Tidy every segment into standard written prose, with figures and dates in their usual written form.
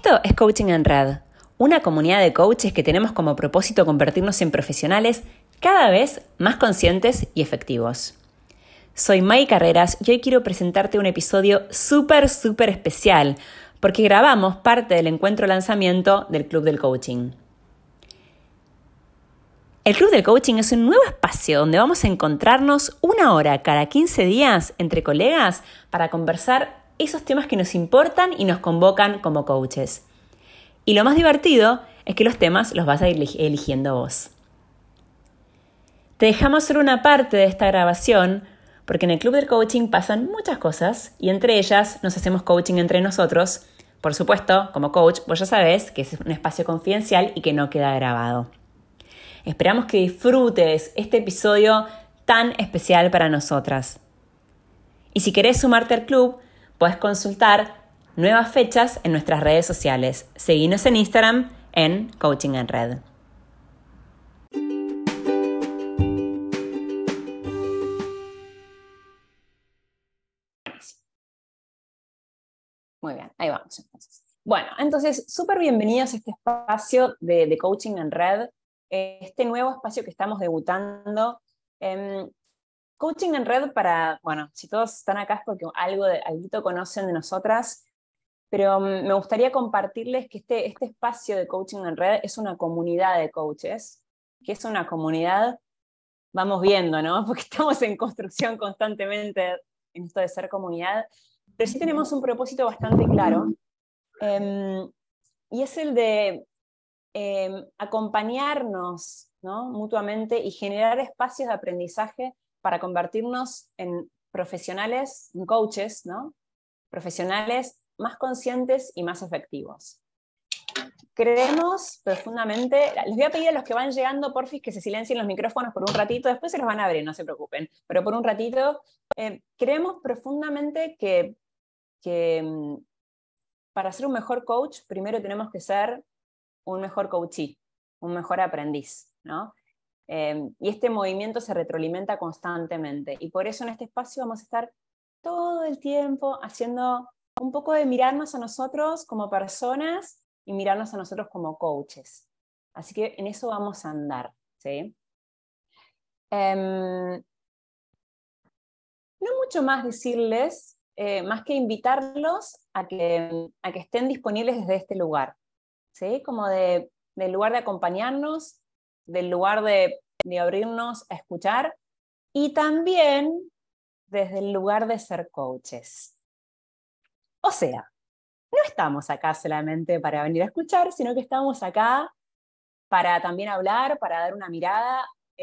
Esto es Coaching en Red, una comunidad de coaches que tenemos como propósito convertirnos en profesionales cada vez más conscientes y efectivos. Soy Mai Carreras y hoy quiero presentarte un episodio súper especial porque grabamos parte del encuentro lanzamiento del Club del Coaching. El Club del Coaching es un nuevo espacio donde vamos a encontrarnos una hora cada 15 días entre colegas para conversar esos temas que nos importan y nos convocan como coaches. Y lo más divertido es que los temas los vas a ir eligiendo vos. Te dejamos solo una parte de esta grabación porque en el Club del Coaching pasan muchas cosas y entre ellas nos hacemos coaching entre nosotros. Por supuesto, como coach, vos ya sabés que es un espacio confidencial y que no queda grabado. Esperamos que disfrutes este episodio tan especial para nosotras. Y si querés sumarte al club, puedes consultar nuevas fechas en nuestras redes sociales. Seguinos en Instagram en Coaching en Red. Muy bien, ahí vamos entonces. Bueno, entonces, súper bienvenidos a este espacio de Coaching en Red, este nuevo espacio que estamos debutando. Coaching en Red para, bueno, si todos están acá es porque algo conocen de nosotras, pero me gustaría compartirles que este espacio de Coaching en Red es una comunidad de coaches, que es una comunidad, vamos viendo, ¿no? Porque estamos en construcción constantemente en esto de ser comunidad, pero sí tenemos un propósito bastante claro, y es el de acompañarnos, ¿no?, mutuamente y generar espacios de aprendizaje para convertirnos en profesionales, en coaches, ¿no?, profesionales más conscientes y más efectivos. Creemos profundamente, les voy a pedir a los que van llegando, porfis, que se silencien los micrófonos por un ratito, después se los van a abrir, no se preocupen, pero por un ratito, creemos profundamente que para ser un mejor coach, primero tenemos que ser un mejor coachee, un mejor aprendiz, ¿no? Y este movimiento se retroalimenta constantemente, y por eso en este espacio vamos a estar todo el tiempo haciendo un poco de mirarnos a nosotros como personas y mirarnos a nosotros como coaches. Así que en eso vamos a andar, ¿sí? No mucho más decirles, más que invitarlos a que estén disponibles desde este lugar, ¿sí? Como del lugar de acompañarnos, del lugar de abrirnos a escuchar, y también desde el lugar de ser coaches. O sea, no estamos acá solamente para venir a escuchar, sino que estamos acá para también hablar, para dar una mirada,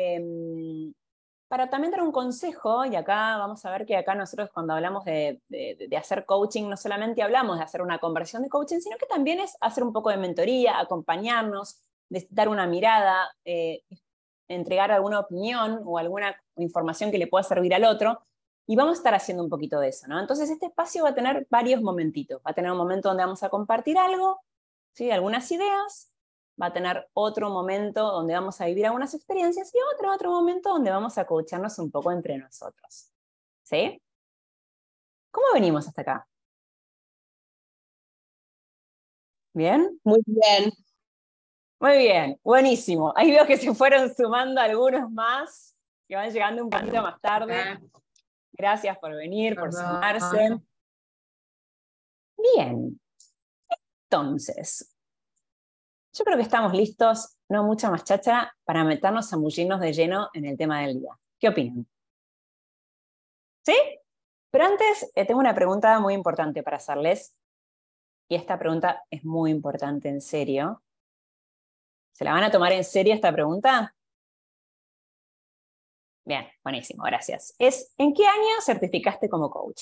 para también dar un consejo, y acá vamos a ver que acá nosotros cuando hablamos de hacer coaching, no solamente hablamos de hacer una conversión de coaching, sino que también es hacer un poco de mentoría, acompañarnos, dar una mirada, entregar alguna opinión o alguna información que le pueda servir al otro, y vamos a estar haciendo un poquito de eso, ¿no? Entonces este espacio va a tener varios momentitos. Va a tener un momento donde vamos a compartir algo, ¿sí?, algunas ideas. Va a tener otro momento donde vamos a vivir algunas experiencias y otro momento donde vamos a coacharnos un poco entre nosotros. ¿Sí? ¿Cómo venimos hasta acá? ¿Bien? Muy bien. Muy bien, buenísimo. Ahí veo que se fueron sumando algunos más, que van llegando un poquito más tarde. Gracias por venir, por sumarse. Bien, entonces, yo creo que estamos listos, no mucha más cháchara, para meternos, zambullirnos de lleno en el tema del día. ¿Qué opinan? ¿Sí? Pero antes, tengo una pregunta muy importante para hacerles, y esta pregunta es muy importante, en serio. ¿Se la van a tomar en serio esta pregunta? Bien, buenísimo, gracias. ¿En qué año certificaste como coach?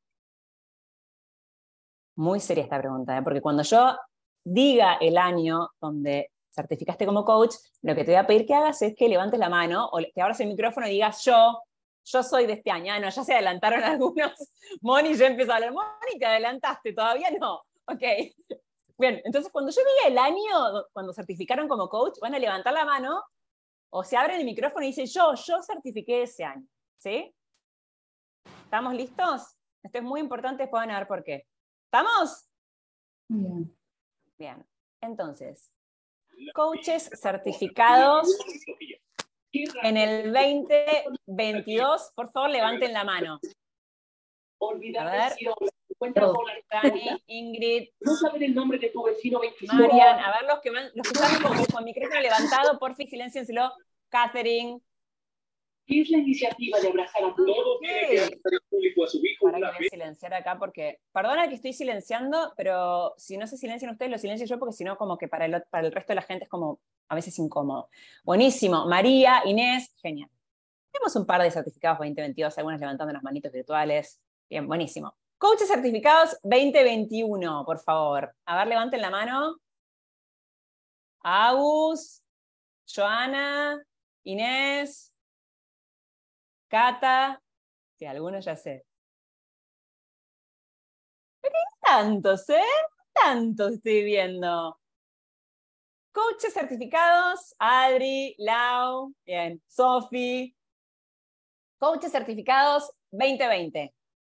Muy seria esta pregunta, porque cuando yo diga el año donde certificaste como coach, lo que te voy a pedir que hagas es que levantes la mano o que abras el micrófono y digas yo soy de este año. Ah, no, ya se adelantaron algunos. Moni ya empezó a hablar. Moni, te adelantaste, todavía no. Ok. Bien, entonces cuando yo diga el año, cuando certificaron como coach, van a levantar la mano o se abren el micrófono y dicen yo certifiqué ese año. ¿Sí? ¿Estamos listos? Esto es muy importante, pueden ver por qué. ¿Estamos? Bien. Bien, entonces, coaches certificados en el 2022, por favor levanten la mano. A ver, Dani, Ingrid, No saber el nombre de tu vecino 25. Marian, a ver los que están con micrófono levantado, por fin, siléncienselo. Catherine. ¿Qué es la iniciativa de abrazar a todos? Okay. Público a su hijo Para que voy a silenciar acá porque, perdona que estoy silenciando, pero si no se silencian ustedes, lo silencio yo porque si no como que para el resto de la gente es como a veces incómodo. Buenísimo. María, Inés, genial. Tenemos un par de certificados 2022, algunos levantando las manitos virtuales. Bien, buenísimo. Coaches certificados 2021, por favor. A ver, levanten la mano. Agus, Joana, Inés, Cata, sí, algunos ya sé. Pero hay tantos, ¿eh? Tantos estoy viendo. Coaches certificados, Adri, Lau, bien, Sofi. Coaches certificados 2020.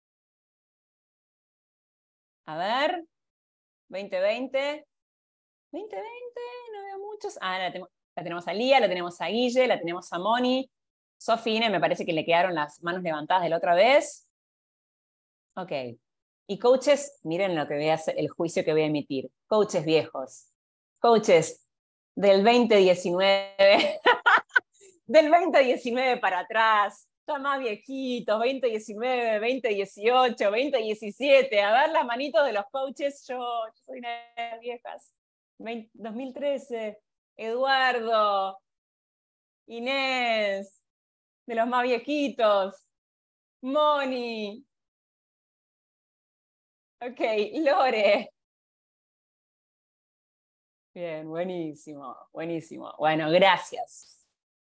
A ver, 2020. 2020, no veo muchos. Ah, la tenemos a Lía, la tenemos a Guille, la tenemos a Moni. Sofine, me parece que le quedaron las manos levantadas de la otra vez. Ok. Y coaches, miren lo que voy a hacer, el juicio que voy a emitir. Coaches viejos. Coaches del 2019. Del 2019 para atrás. Ya más viejitos, 2019, 2018, 2017. A ver las manitos de los coaches. Yo soy una de las viejas. 2013, Eduardo, Inés, de los más viejitos, Moni, ok, Lore. Bien, buenísimo, buenísimo. Bueno, gracias.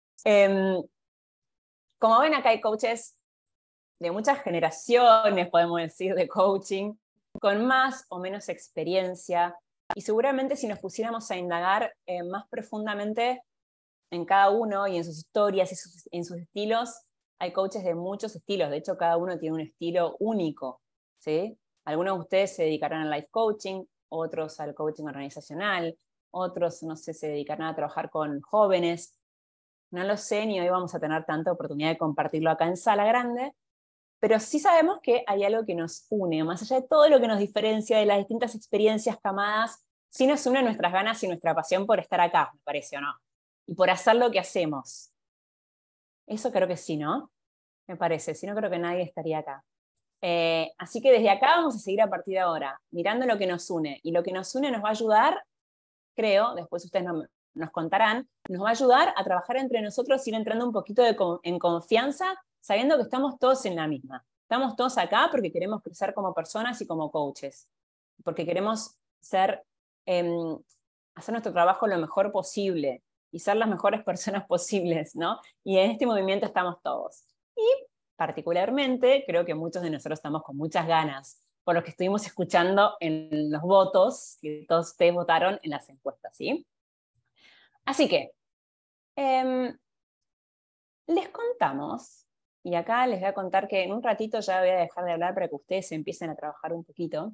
Como ven, acá hay coaches de muchas generaciones, podemos decir, de coaching, con más o menos experiencia, y seguramente si nos pusiéramos a indagar más profundamente en cada uno y en sus historias y en sus estilos, hay coaches de muchos estilos. De hecho, cada uno tiene un estilo único, ¿sí? Algunos de ustedes se dedicarán al life coaching, otros al coaching organizacional, otros, no sé, se dedicarán a trabajar con jóvenes. No lo sé, ni hoy vamos a tener tanta oportunidad de compartirlo acá en Sala Grande, pero sí sabemos que hay algo que nos une, más allá de todo lo que nos diferencia de las distintas experiencias, camadas, sí nos une nuestras ganas y nuestra pasión por estar acá, me parece, ¿o no? Y por hacer lo que hacemos. Eso creo que sí, ¿no? Me parece, si no creo que nadie estaría acá. Así que desde acá vamos a seguir a partir de ahora, mirando lo que nos une. Y lo que nos une nos va a ayudar, creo, después ustedes nos contarán, nos va a ayudar a trabajar entre nosotros, ir entrando un poquito en confianza, sabiendo que estamos todos en la misma. Estamos todos acá porque queremos crecer como personas y como coaches. Porque queremos hacer nuestro trabajo lo mejor posible y ser las mejores personas posibles, ¿no? Y en este movimiento estamos todos. Y particularmente creo que muchos de nosotros estamos con muchas ganas, por lo que estuvimos escuchando en los votos, que todos ustedes votaron en las encuestas, ¿sí? Así que, les contamos, y acá les voy a contar que en un ratito ya voy a dejar de hablar para que ustedes empiecen a trabajar un poquito,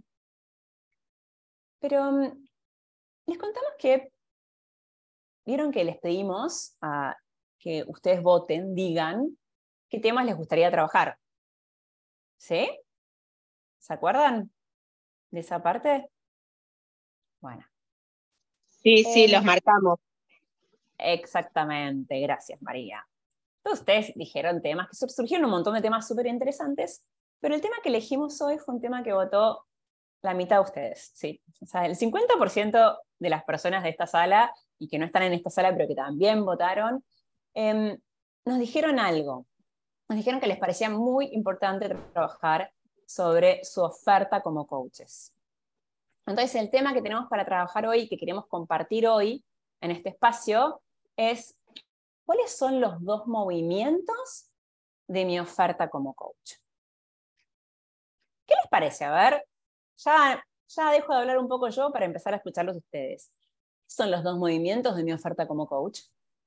pero les contamos que vieron que les pedimos a que ustedes voten, digan qué temas les gustaría trabajar. ¿Sí? ¿Se acuerdan de esa parte? Bueno. Sí, los marcamos. Exactamente, gracias María. Entonces, ustedes dijeron temas, que surgieron un montón de temas súper interesantes, pero el tema que elegimos hoy fue un tema que votó la mitad de ustedes, ¿sí? O sea, el 50% de las personas de esta sala, y que no están en esta sala, pero que también votaron, nos dijeron algo. Nos dijeron que les parecía muy importante trabajar sobre su oferta como coaches. Entonces, el tema que tenemos para trabajar hoy, que queremos compartir hoy en este espacio, es ¿cuáles son los 2 movimientos de mi oferta como coach? ¿Qué les parece? A ver, ya dejo de hablar un poco yo para empezar a escucharlos ustedes. ¿Qué son los 2 movimientos de mi oferta como coach?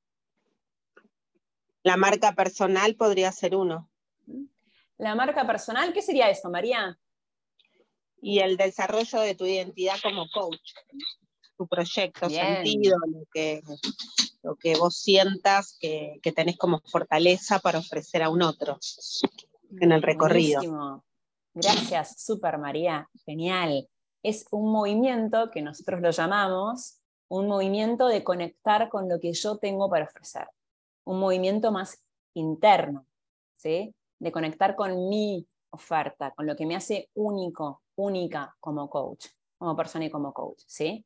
La marca personal podría ser uno. La marca personal, ¿qué sería eso, María? Y el desarrollo de tu identidad como coach. tu proyecto, Bien. sentido, lo que vos sientas que tenés como fortaleza para ofrecer a un otro en el recorrido. Buenísimo. Gracias, súper María, genial. Es un movimiento que nosotros lo llamamos un movimiento de conectar con lo que yo tengo para ofrecer. Un movimiento más interno, ¿sí? De conectar con mi oferta, con lo que me hace único, única como coach, como persona y como coach, ¿sí?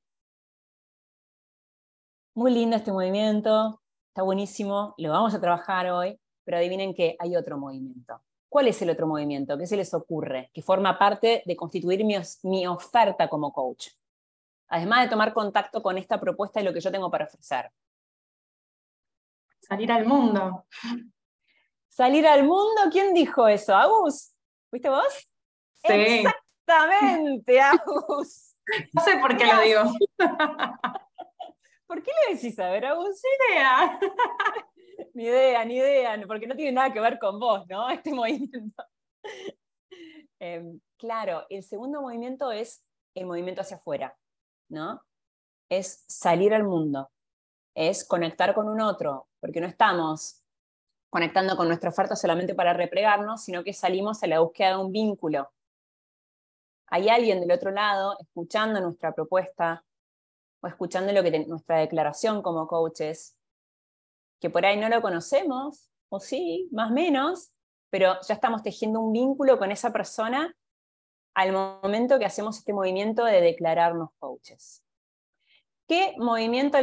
Muy lindo este movimiento, está buenísimo, lo vamos a trabajar hoy, pero adivinen que hay otro movimiento. ¿Cuál es el otro movimiento? ¿Qué se les ocurre? Que forma parte de constituir mi oferta como coach. Además de tomar contacto con esta propuesta y lo que yo tengo para ofrecer. Salir al mundo. ¿Salir al mundo? ¿Quién dijo eso? ¿Agus? ¿Fuiste vos? Sí. Exactamente, Agus. No sé por qué lo digo. ¿Por qué le decís a ver, Agus? Idea. Ni idea, porque no tiene nada que ver con vos, ¿no? Este movimiento. Claro, el segundo movimiento es el movimiento hacia afuera, ¿no? Es salir al mundo, es conectar con un otro, porque no estamos conectando con nuestra oferta solamente para replegarnos, sino que salimos a la búsqueda de un vínculo. Hay alguien del otro lado escuchando nuestra propuesta o escuchando nuestra declaración como coaches, que por ahí no lo conocemos, o sí, más o menos, pero ya estamos tejiendo un vínculo con esa persona al momento que hacemos este movimiento de declararnos coaches. ¿Qué movimiento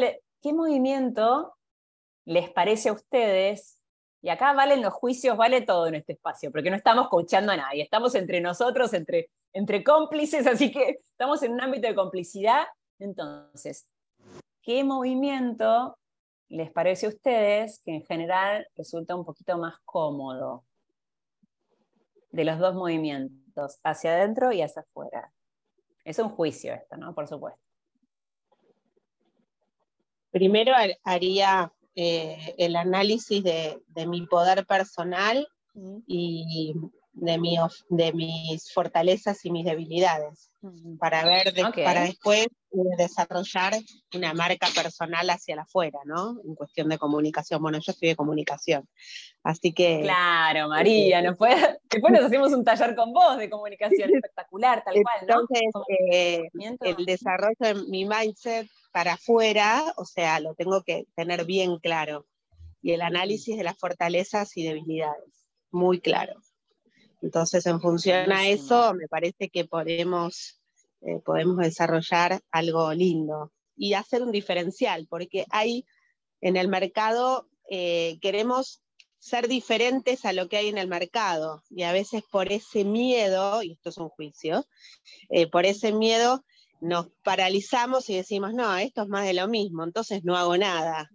les parece a ustedes? Y acá valen los juicios, vale todo en este espacio, porque no estamos coachando a nadie, estamos entre nosotros, entre cómplices, así que estamos en un ámbito de complicidad. Entonces, ¿qué movimiento les parece a ustedes que en general resulta un poquito más cómodo de los dos movimientos, hacia adentro y hacia afuera? Es un juicio esto, ¿no? Por supuesto. Primero haría el análisis de mi poder personal y de mis fortalezas y mis debilidades, para ver, para después desarrollar una marca personal hacia el afuera, ¿no? En cuestión de comunicación. Bueno, yo estudié comunicación, así que... Claro, María, después nos hacemos un taller con vos de comunicación espectacular, tal cual, ¿no? Entonces, el desarrollo de mi mindset para afuera, o sea, lo tengo que tener bien claro. Y el análisis de las fortalezas y debilidades, muy claro. Entonces, en función a eso, me parece que podemos desarrollar algo lindo y hacer un diferencial, porque hay en el mercado, queremos ser diferentes a lo que hay en el mercado, y a veces por ese miedo, y esto es un juicio, por ese miedo nos paralizamos y decimos, no, esto es más de lo mismo, entonces no hago nada.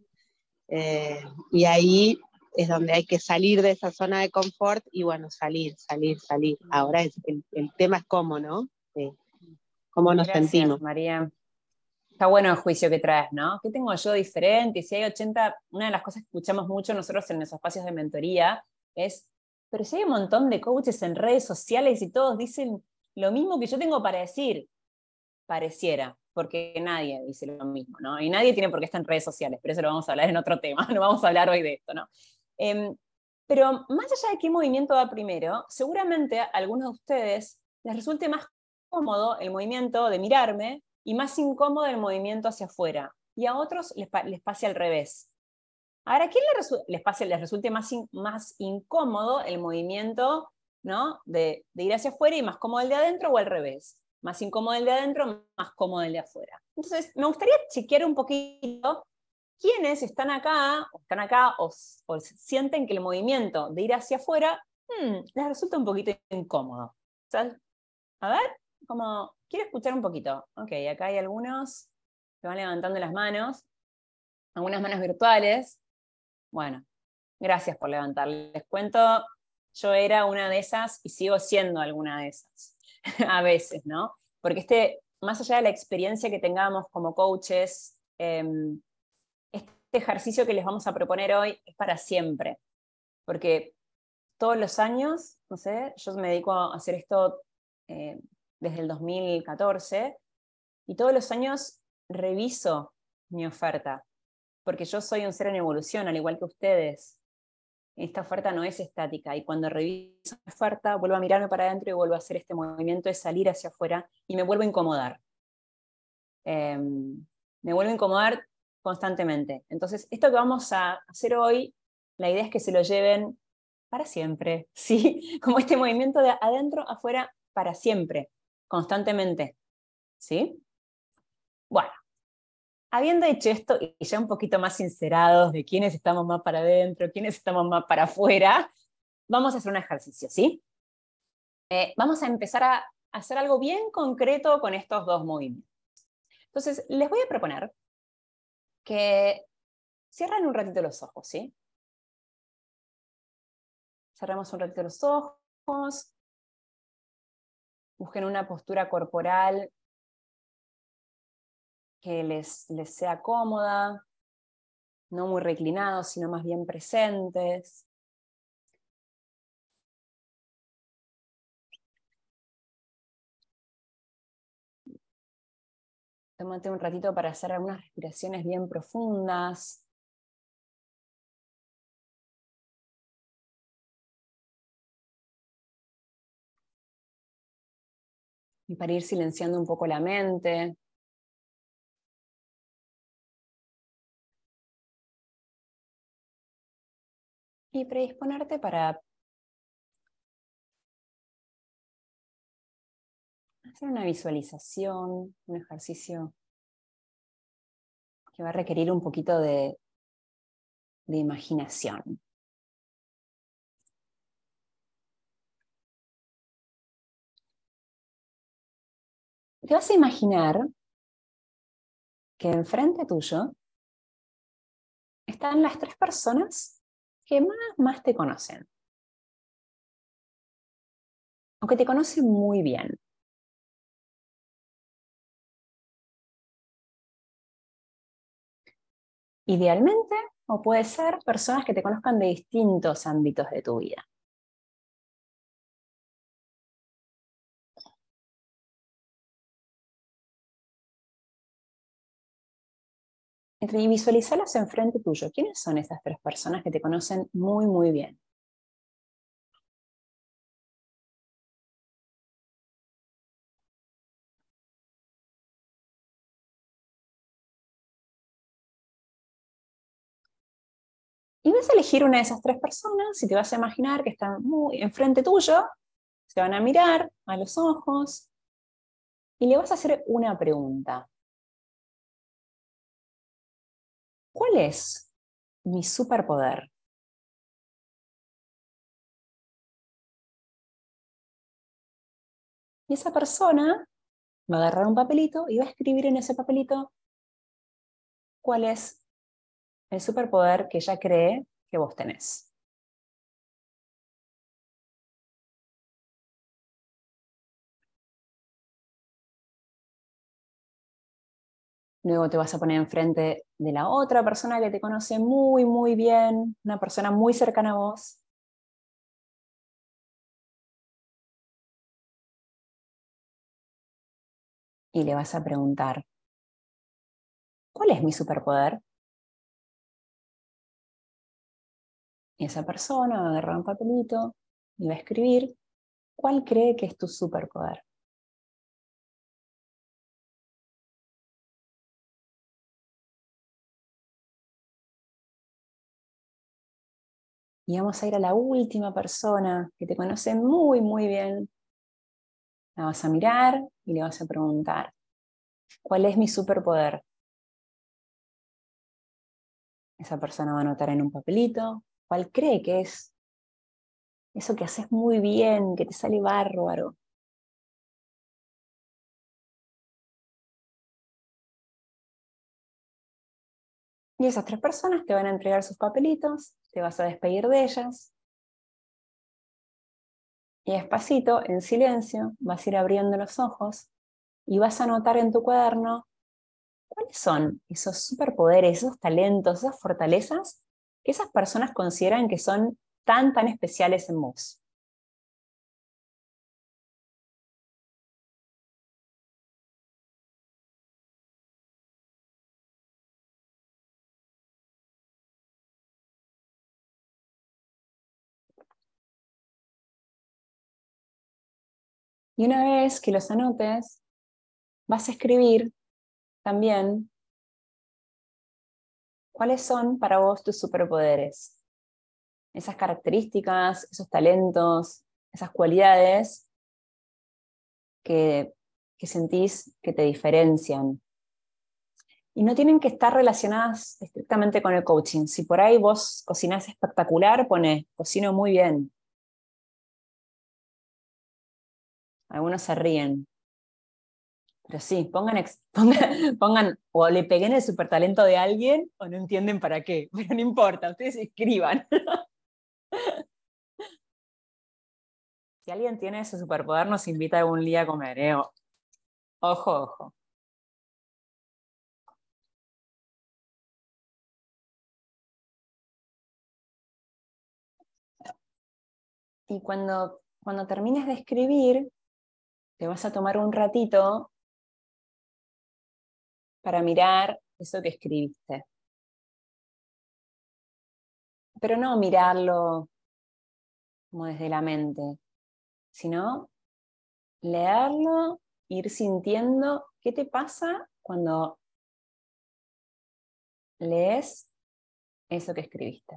Y ahí es donde hay que salir de esa zona de confort y bueno, salir. Ahora el tema es cómo, ¿no? Cómo nos sentimos. María. Está bueno el juicio que traes, ¿no? ¿Qué tengo yo diferente? Y si hay 80, una de las cosas que escuchamos mucho nosotros en los espacios de mentoría es, pero si hay un montón de coaches en redes sociales y todos dicen lo mismo que yo tengo para decir, pareciera, porque nadie dice lo mismo, ¿no? Y nadie tiene por qué estar en redes sociales, pero eso lo vamos a hablar en otro tema, no vamos a hablar hoy de esto, ¿no? Pero más allá de qué movimiento va primero, seguramente a algunos de ustedes les resulte más cómodo el movimiento de mirarme y más incómodo el movimiento hacia afuera. Y a otros les pase al revés. Ahora, ¿a quién les resulte más incómodo el movimiento, ¿no? de ir hacia afuera y más cómodo el de adentro, o al revés? Más incómodo el de adentro, más cómodo el de afuera. Entonces, me gustaría chequear un poquito quiénes están acá o sienten que el movimiento de ir hacia afuera les resulta un poquito incómodo. ¿Sabes? A ver, quiero escuchar un poquito. Ok, acá hay algunos que van levantando las manos, algunas manos virtuales. Bueno, gracias por levantar. Les cuento, yo era una de esas y sigo siendo alguna de esas, a veces, ¿no? Porque más allá de la experiencia que tengamos como coaches, este ejercicio que les vamos a proponer hoy es para siempre. Porque todos los años, no sé, yo me dedico a hacer esto desde el 2014, y todos los años reviso mi oferta, porque yo soy un ser en evolución, al igual que ustedes. Esta oferta no es estática, y cuando reviso mi oferta, vuelvo a mirarme para adentro y vuelvo a hacer este movimiento de salir hacia afuera y me vuelvo a incomodar. Me vuelvo a incomodar constantemente. Entonces, esto que vamos a hacer hoy, la idea es que se lo lleven para siempre, ¿sí? Como este movimiento de adentro, afuera, para siempre, constantemente, ¿sí? Bueno, habiendo hecho esto y ya un poquito más sincerados de quiénes estamos más para adentro, quiénes estamos más para afuera, vamos a hacer un ejercicio, ¿sí? Vamos a empezar a hacer algo bien concreto con estos dos movimientos. Entonces, les voy a proponer que cierren un ratito los ojos, ¿sí? Cerramos un ratito los ojos, busquen una postura corporal que les sea cómoda, no muy reclinados, sino más bien presentes. Tómate un ratito para hacer algunas respiraciones bien profundas. Y para ir silenciando un poco la mente. Y predisponerte para hacer una visualización, un ejercicio que va a requerir un poquito de imaginación. Te vas a imaginar que enfrente tuyo están las tres personas que más te conocen, o que te conocen muy bien. Idealmente, o puede ser personas que te conozcan de distintos ámbitos de tu vida. Y visualizarlas enfrente tuyo. ¿Quiénes son esas tres personas que te conocen muy, muy bien? Y vas a elegir una de esas tres personas y te vas a imaginar que están muy enfrente tuyo, se van a mirar a los ojos y le vas a hacer una pregunta. ¿Cuál es mi superpoder? Y esa persona va a agarrar un papelito y va a escribir en ese papelito cuál es el superpoder que ella cree que vos tenés. Luego te vas a poner enfrente de la otra persona que te conoce muy, muy bien, una persona muy cercana a vos. Y le vas a preguntar, ¿cuál es mi superpoder? Y esa persona va a agarrar un papelito y va a escribir cuál cree que es tu superpoder. Y vamos a ir a la última persona que te conoce muy, muy bien. La vas a mirar y le vas a preguntar, ¿cuál es mi superpoder? Esa persona va a anotar en un papelito cuál cree que es eso que haces muy bien, que te sale bárbaro. Y esas tres personas te van a entregar sus papelitos, te vas a despedir de ellas. Y despacito, en silencio, vas a ir abriendo los ojos y vas a anotar en tu cuaderno cuáles son esos superpoderes, esos talentos, esas fortalezas que esas personas consideran que son tan, tan especiales en vos. Y una vez que los anotes, vas a escribir también cuáles son para vos tus superpoderes. Esas características, esos talentos, esas cualidades que sentís que te diferencian. Y no tienen que estar relacionadas estrictamente con el coaching. Si por ahí vos cocinás espectacular, pone, cocino muy bien. Algunos se ríen. Pero sí, pongan, o le pegué en el supertalento de alguien, o no entienden para qué. Pero no importa, ustedes escriban. Si alguien tiene ese superpoder, nos invita algún día a comer, ¿eh? Ojo, ojo. Y cuando termines de escribir, te vas a tomar un ratito para mirar eso que escribiste. Pero no mirarlo como desde la mente, sino leerlo, ir sintiendo qué te pasa cuando lees eso que escribiste.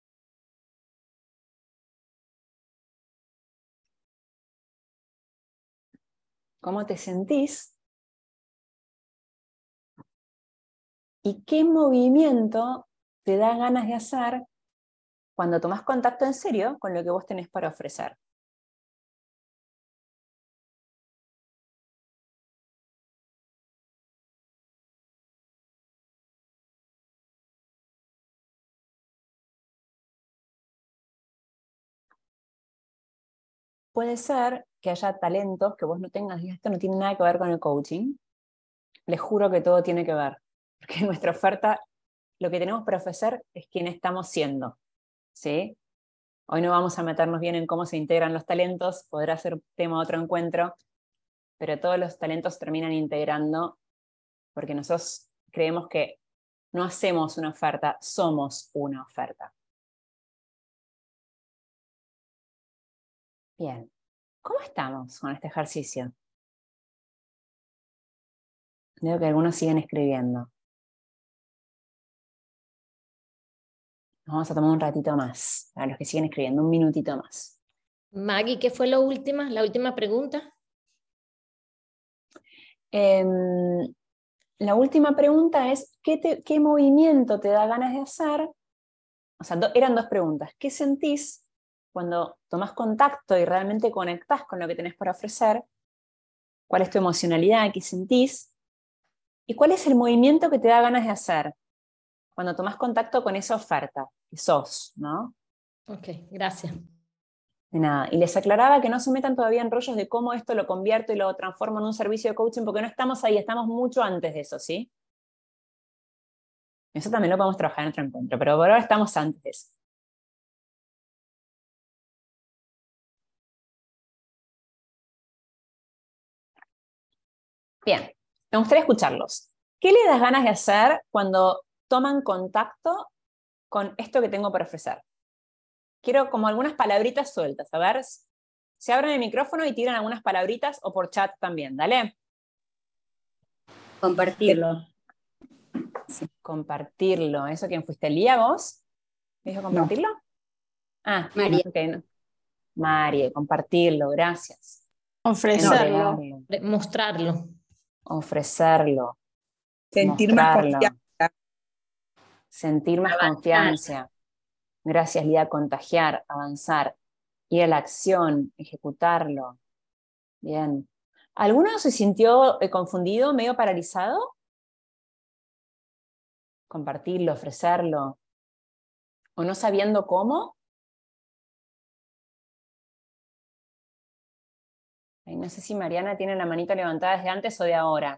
¿Cómo te sentís? ¿Y qué movimiento te da ganas de hacer cuando tomás contacto en serio con lo que vos tenés para ofrecer? Puede ser que haya talentos que vos no tengas, y esto no tiene nada que ver con el coaching. Les juro que todo tiene que ver, porque en nuestra oferta lo que tenemos para ofrecer es quién estamos siendo, ¿sí? Hoy no vamos a meternos bien en cómo se integran los talentos, podrá ser tema de otro encuentro, pero todos los talentos terminan integrando porque nosotros creemos que no hacemos una oferta, somos una oferta. Bien, ¿cómo estamos con este ejercicio? Veo que algunos siguen escribiendo. Nos vamos a tomar un ratito más, para los que siguen escribiendo, un minutito más. Maggie, ¿qué fue la última pregunta? La última pregunta es, ¿qué movimiento te da ganas de hacer? O sea, eran dos preguntas. ¿Qué sentís cuando tomás contacto y realmente conectás con lo que tenés para ofrecer? ¿Cuál es tu emocionalidad? ¿Qué sentís? ¿Y cuál es el movimiento que te da ganas de hacer cuando tomás contacto con esa oferta que sos, ¿no? Ok, gracias. De nada. Y les aclaraba que no se metan todavía en rollos de cómo esto lo convierto y lo transformo en un servicio de coaching, porque no estamos ahí, estamos mucho antes de eso, ¿sí? Eso también lo podemos trabajar en otro encuentro, pero por ahora estamos antes de eso. Bien, me gustaría escucharlos. ¿Qué les das ganas de hacer cuando toman contacto con esto que tengo para ofrecer? Quiero como algunas palabritas sueltas. A ver, se abren el micrófono y tiran algunas palabritas o por chat también. Dale. Compartirlo. Sí, compartirlo. ¿Eso quién fuiste? ¿Lía, vos? ¿Me dijo compartirlo? No. Ah, María. ok. No. María, compartirlo, gracias. Ofrecerlo. Entregarlo, Mostrarlo. ofrecerlo, Sentir más mostrarlo, confianza. sentir más Avanzar. confianza. Gracias, Lía, contagiar, avanzar, ir a la acción, ejecutarlo. Bien. ¿Alguno se sintió confundido, medio paralizado? Compartirlo, ofrecerlo, o no sabiendo cómo. Ay, no sé si Mariana tiene la manita levantada desde antes o de ahora.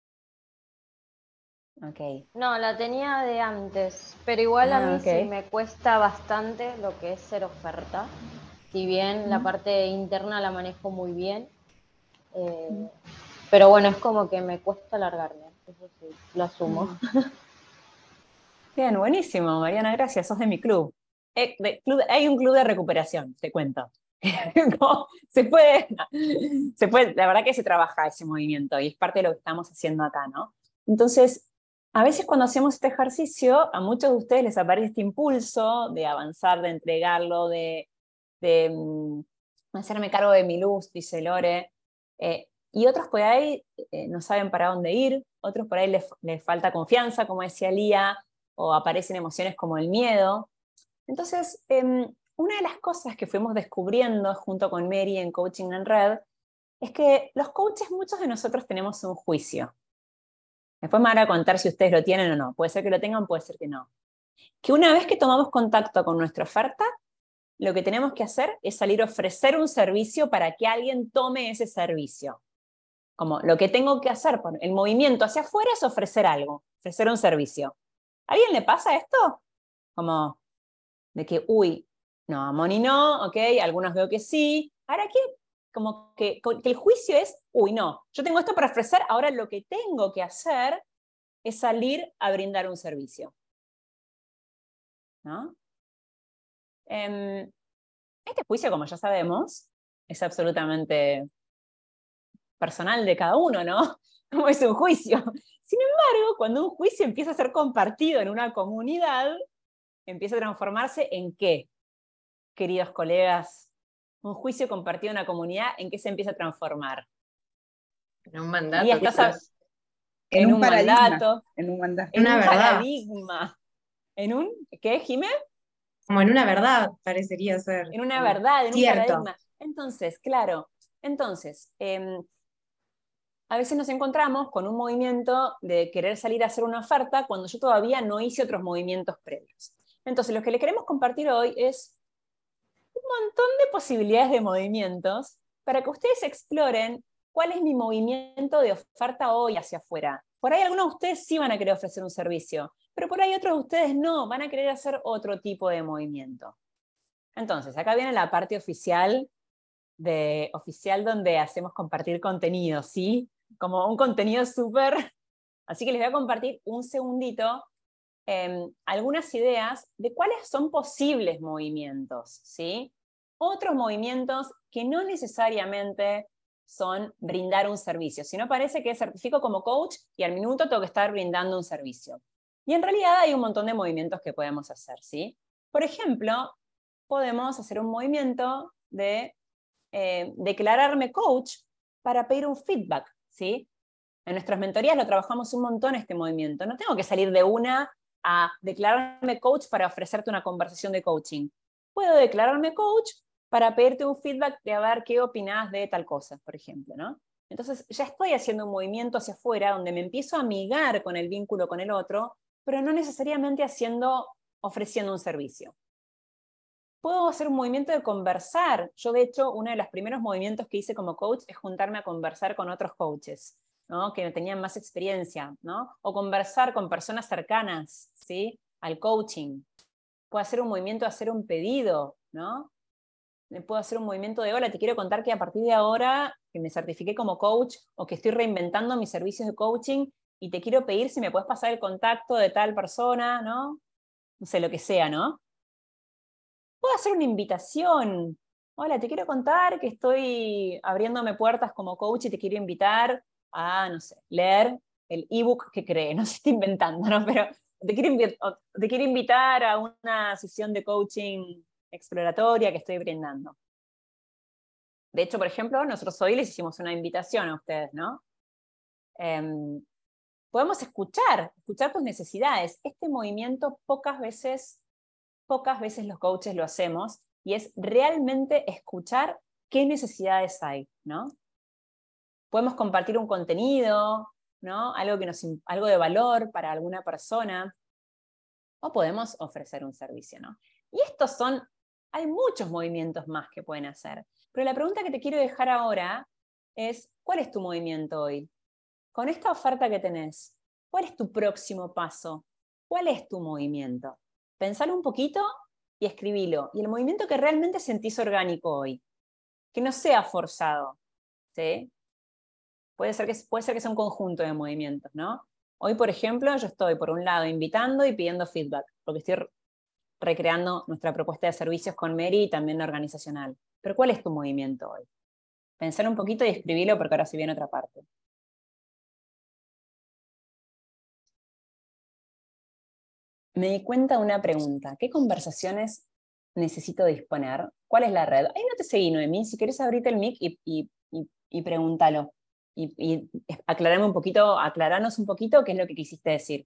Ok. No, la tenía de antes, pero igual a mí Ok. sí me cuesta bastante lo que es ser oferta. Si bien la parte interna la manejo muy bien, pero bueno, es como que me cuesta largarme, eso sí, lo asumo. Bien, buenísimo, Mariana, gracias. Sos de mi club. Hay un club de recuperación, te cuento. La verdad que se trabaja ese movimiento y es parte de lo que estamos haciendo acá, ¿no? Entonces, a veces cuando hacemos este ejercicio, a muchos de ustedes les aparece este impulso de avanzar, de entregarlo, de hacerme cargo de mi luz, dice Lore, y otros por ahí no saben para dónde ir, otros por ahí les falta confianza, como decía Lía, o aparecen emociones como el miedo. Entonces, una de las cosas que fuimos descubriendo junto con Mary en Coaching en Red es que los coaches, muchos de nosotros tenemos un juicio. Después me van a contar si ustedes lo tienen o no. Puede ser que lo tengan, puede ser que no. Que una vez que tomamos contacto con nuestra oferta, lo que tenemos que hacer es salir a ofrecer un servicio para que alguien tome ese servicio. Como lo que tengo que hacer, el movimiento hacia afuera es ofrecer algo, ofrecer un servicio. ¿A alguien le pasa esto? Como de que, uy, no, a Moni no, ok, algunos veo que sí. Ahora aquí, como que el juicio es, uy, no, yo tengo esto para ofrecer, ahora lo que tengo que hacer es salir a brindar un servicio. ¿No? Este juicio, como ya sabemos, es absolutamente personal de cada uno, ¿no? Como es un juicio. Sin embargo, cuando un juicio empieza a ser compartido en una comunidad, empieza a transformarse en ¿qué, queridos colegas? Un juicio compartido en una comunidad, ¿en qué se empieza a transformar? En un mandato. Y estás En un paradigma. mandato, En un mandato. en Una un verdad. paradigma, en un, ¿qué, Jimé? Como en una verdad, parecería ser. En una verdad, en un Cierto. paradigma. Entonces, claro, a veces nos encontramos con un movimiento de querer salir a hacer una oferta cuando yo todavía no hice otros movimientos previos. Entonces, lo que le queremos compartir hoy es un montón de posibilidades de movimientos para que ustedes exploren cuál es mi movimiento de oferta hoy hacia afuera. Por ahí algunos de ustedes sí van a querer ofrecer un servicio, pero por ahí otros de ustedes no, van a querer hacer otro tipo de movimiento. Entonces, acá viene la parte oficial donde hacemos compartir contenido, ¿sí? Como un contenido súper. Así que les voy a compartir un segundito algunas ideas de cuáles son posibles movimientos, ¿sí? Otros movimientos que no necesariamente son brindar un servicio, sino parece que certifico como coach y al minuto tengo que estar brindando un servicio. Y en realidad hay un montón de movimientos que podemos hacer, ¿sí? Por ejemplo, podemos hacer un movimiento de declararme coach para pedir un feedback, ¿sí? En nuestras mentorías lo trabajamos un montón este movimiento. No tengo que salir de una a declararme coach para ofrecerte una conversación de coaching. Puedo declararme coach para pedirte un feedback de a ver qué opinás de tal cosa, por ejemplo, ¿no? Entonces ya estoy haciendo un movimiento hacia afuera donde me empiezo a amigar con el vínculo con el otro, pero no necesariamente ofreciendo un servicio. Puedo hacer un movimiento de conversar. Yo, de hecho, uno de los primeros movimientos que hice como coach es juntarme a conversar con otros coaches, ¿no? Que tenían más experiencia, ¿no? O conversar con personas cercanas, ¿sí? Al coaching. Puedo hacer un movimiento de hacer un pedido, ¿no? Puedo hacer un movimiento de, hola, te quiero contar que a partir de ahora que me certifiqué como coach o que estoy reinventando mis servicios de coaching y te quiero pedir si me puedes pasar el contacto de tal persona, ¿no? No sé, lo que sea, ¿no? Puedo hacer una invitación. Hola, te quiero contar que estoy abriéndome puertas como coach y te quiero invitar a, no sé, leer el ebook que creé. No sé, estoy inventando, ¿no? Pero te quiero invitar a una sesión de coaching exploratoria que estoy brindando. De hecho, por ejemplo, nosotros hoy les hicimos una invitación a ustedes, ¿no? Podemos escuchar tus necesidades. Este movimiento pocas veces los coaches lo hacemos, y es realmente escuchar qué necesidades hay, ¿no? Podemos compartir un contenido, ¿no? Algo de valor para alguna persona, o podemos ofrecer un servicio, ¿no? Y hay muchos movimientos más que pueden hacer, pero la pregunta que te quiero dejar ahora es, ¿cuál es tu movimiento hoy? Con esta oferta que tenés, ¿cuál es tu próximo paso? ¿Cuál es tu movimiento? Pensalo un poquito y escribilo. Y el movimiento que realmente sentís orgánico hoy, que no sea forzado, ¿sí? Puede ser que sea un conjunto de movimientos, ¿no? Hoy, por ejemplo, yo estoy, por un lado, invitando y pidiendo feedback, porque estoy recreando nuestra propuesta de servicios con Mary y también organizacional. pero ¿cuál es tu movimiento hoy? Pensar un poquito y escribirlo porque ahora se viene otra parte. Me di cuenta de una pregunta. ¿Qué conversaciones necesito disponer? ¿Cuál es la red? Ahí no te seguí, Noemí. Si querés abrirte el mic y pregúntalo. Y aclararnos un poquito qué es lo que quisiste decir.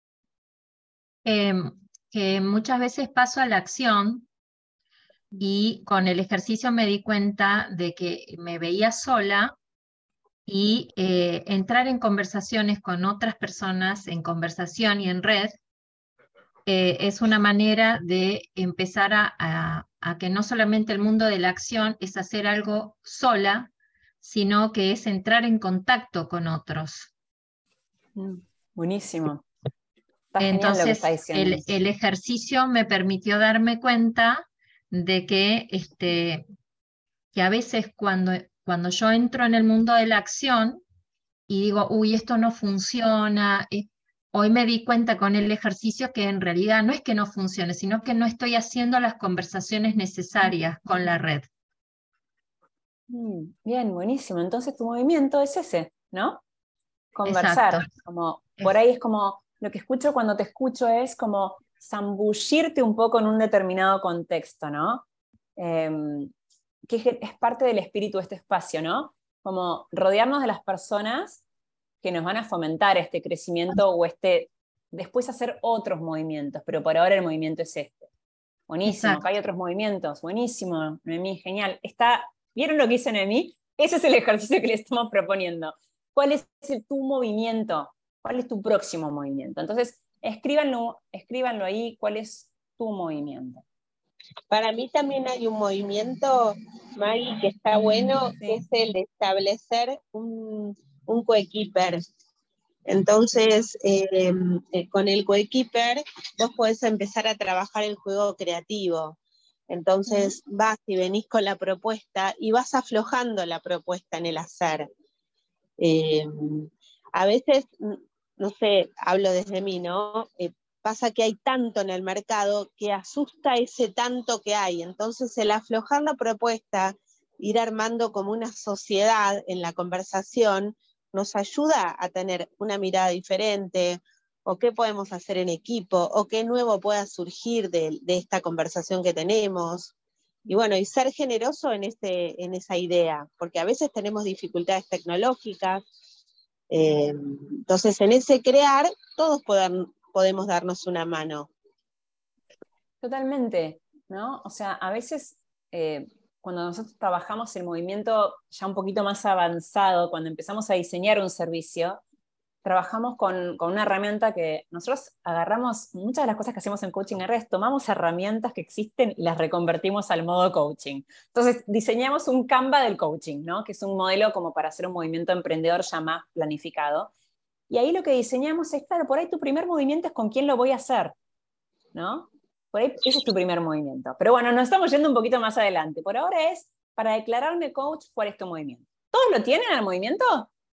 Que muchas veces paso a la acción y con el ejercicio me di cuenta de que me veía sola y entrar en conversaciones con otras personas, en conversación y en red, es una manera de empezar a que no solamente el mundo de la acción es hacer algo sola, sino que es entrar en contacto con otros. Buenísimo. Está genial lo que Entonces, está diciendo. el ejercicio me permitió darme cuenta de que a veces cuando yo entro en el mundo de la acción y digo, uy, esto no funciona, hoy me di cuenta con el ejercicio que en realidad no es que no funcione, sino que no estoy haciendo las conversaciones necesarias con la red. Bien, buenísimo. Entonces tu movimiento es ese, ¿no? Conversar. Exacto. Como, por ahí es como, lo que escucho cuando te escucho es como zambullirte un poco en un determinado contexto, ¿no? Que es parte del espíritu de este espacio, ¿no? Como rodearnos de las personas que nos van a fomentar este crecimiento o después hacer otros movimientos, pero por ahora el movimiento es este. Buenísimo, Exacto. acá hay otros movimientos, buenísimo, Noemí, genial. ¿Vieron lo que hizo Noemí? Ese es el ejercicio que le estamos proponiendo. ¿Cuál es tu movimiento? ¿Cuál es tu próximo movimiento? Entonces, escríbanlo ahí, ¿cuál es tu movimiento? Para mí también hay un movimiento, Maggie, que está bueno, Sí. que es el de establecer un coequiper. Entonces, con el coequiper vos podés empezar a trabajar el juego creativo. Entonces vas y venís con la propuesta y vas aflojando la propuesta en el hacer. A veces, no sé, hablo desde mí, ¿no? Pasa que hay tanto en el mercado que asusta ese tanto que hay. Entonces el aflojar la propuesta, ir armando como una sociedad en la conversación, nos ayuda a tener una mirada diferente, o qué podemos hacer en equipo, o qué nuevo pueda surgir de esta conversación que tenemos. Y bueno, y ser generoso en esa idea, porque a veces tenemos dificultades tecnológicas. Entonces, en ese crear, todos podemos darnos una mano. Totalmente, ¿no? O sea, a veces cuando nosotros trabajamos el movimiento ya un poquito más avanzado, cuando empezamos a diseñar un servicio, trabajamos con una herramienta que nosotros agarramos, muchas de las cosas que hacemos en Coaching R es tomamos herramientas que existen y las reconvertimos al modo coaching. Entonces, diseñamos un Canva del coaching, ¿no? Que es un modelo como para hacer un movimiento emprendedor ya más planificado. Y ahí lo que diseñamos es, claro, por ahí tu primer movimiento es con quién lo voy a hacer, ¿no? Por ahí ese es tu primer movimiento. Pero bueno, nos estamos yendo un poquito más adelante. Por ahora es, para declararme coach, ¿cuál es tu movimiento? ¿Todos lo tienen al movimiento?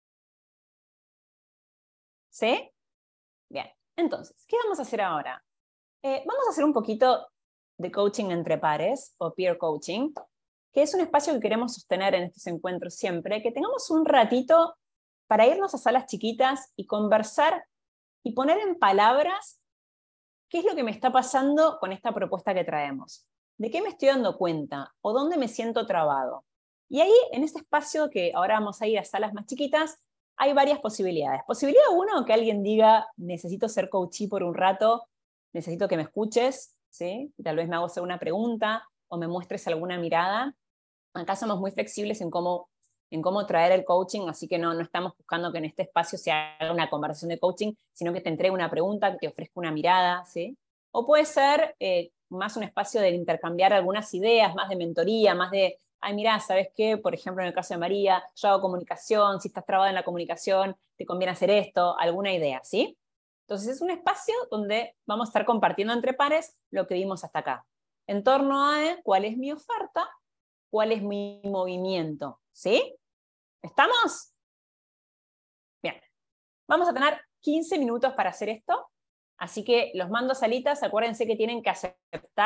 ¿Sí? Bien. Entonces, ¿qué vamos a hacer ahora? Vamos a hacer un poquito de coaching entre pares, o peer coaching, que es un espacio que queremos sostener en estos encuentros siempre, que tengamos un ratito para irnos a salas chiquitas y conversar y poner en palabras qué es lo que me está pasando con esta propuesta que traemos. ¿De qué me estoy dando cuenta? ¿O dónde me siento trabado? Y ahí, en este espacio que ahora vamos a ir a salas más chiquitas, hay varias posibilidades. Posibilidad uno, que alguien diga, necesito ser coachee por un rato, necesito que me escuches, ¿sí? Tal vez me hago una pregunta o me muestres alguna mirada. Acá somos muy flexibles en cómo traer el coaching, así que no estamos buscando que en este espacio se haga una conversación de coaching, sino que te entregue una pregunta, que te ofrezca una mirada, ¿sí? O puede ser más un espacio de intercambiar algunas ideas, más de mentoría, más de, ay, mirá, ¿sabes qué? Por ejemplo, en el caso de María, yo hago comunicación, si estás trabado en la comunicación, te conviene hacer esto, alguna idea, ¿sí? Entonces es un espacio donde vamos a estar compartiendo entre pares lo que vimos hasta acá, en torno a cuál es mi oferta, cuál es mi movimiento, ¿sí? ¿Estamos? Bien. Vamos a tener 15 minutos para hacer esto, así que los mando a salitas, acuérdense que tienen que aceptar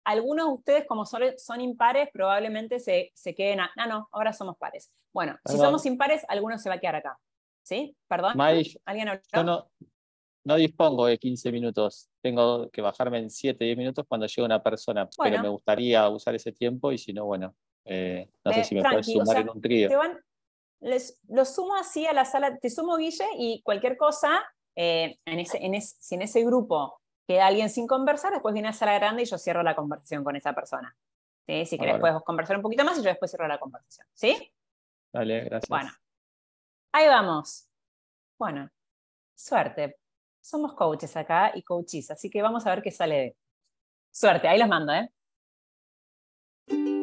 algunos de ustedes, como son impares, probablemente se queden no, ahora somos pares. Bueno, si Perdón. somos impares, alguno se va a quedar acá. ¿Sí? ¿Perdón? May, ¿Alguien habló? yo no dispongo de 15 minutos. Tengo que bajarme en 7, 10 minutos cuando llegue una persona, pero me gustaría usar ese tiempo y si no, bueno, no sé si me puedes sumar en un trío. Los sumo así a la sala, te sumo, Guille, y cualquier cosa, si en ese grupo queda alguien sin conversar, después viene a la sala grande y yo cierro la conversación con esa persona. ¿Sí? Si querés puedes conversar un poquito más y yo después cierro la conversación. ¿Sí? Dale, gracias. Bueno, ahí vamos. Bueno, suerte. Somos coaches acá y coaches, así que vamos a ver qué sale de suerte. Ahí los mando, ¿eh?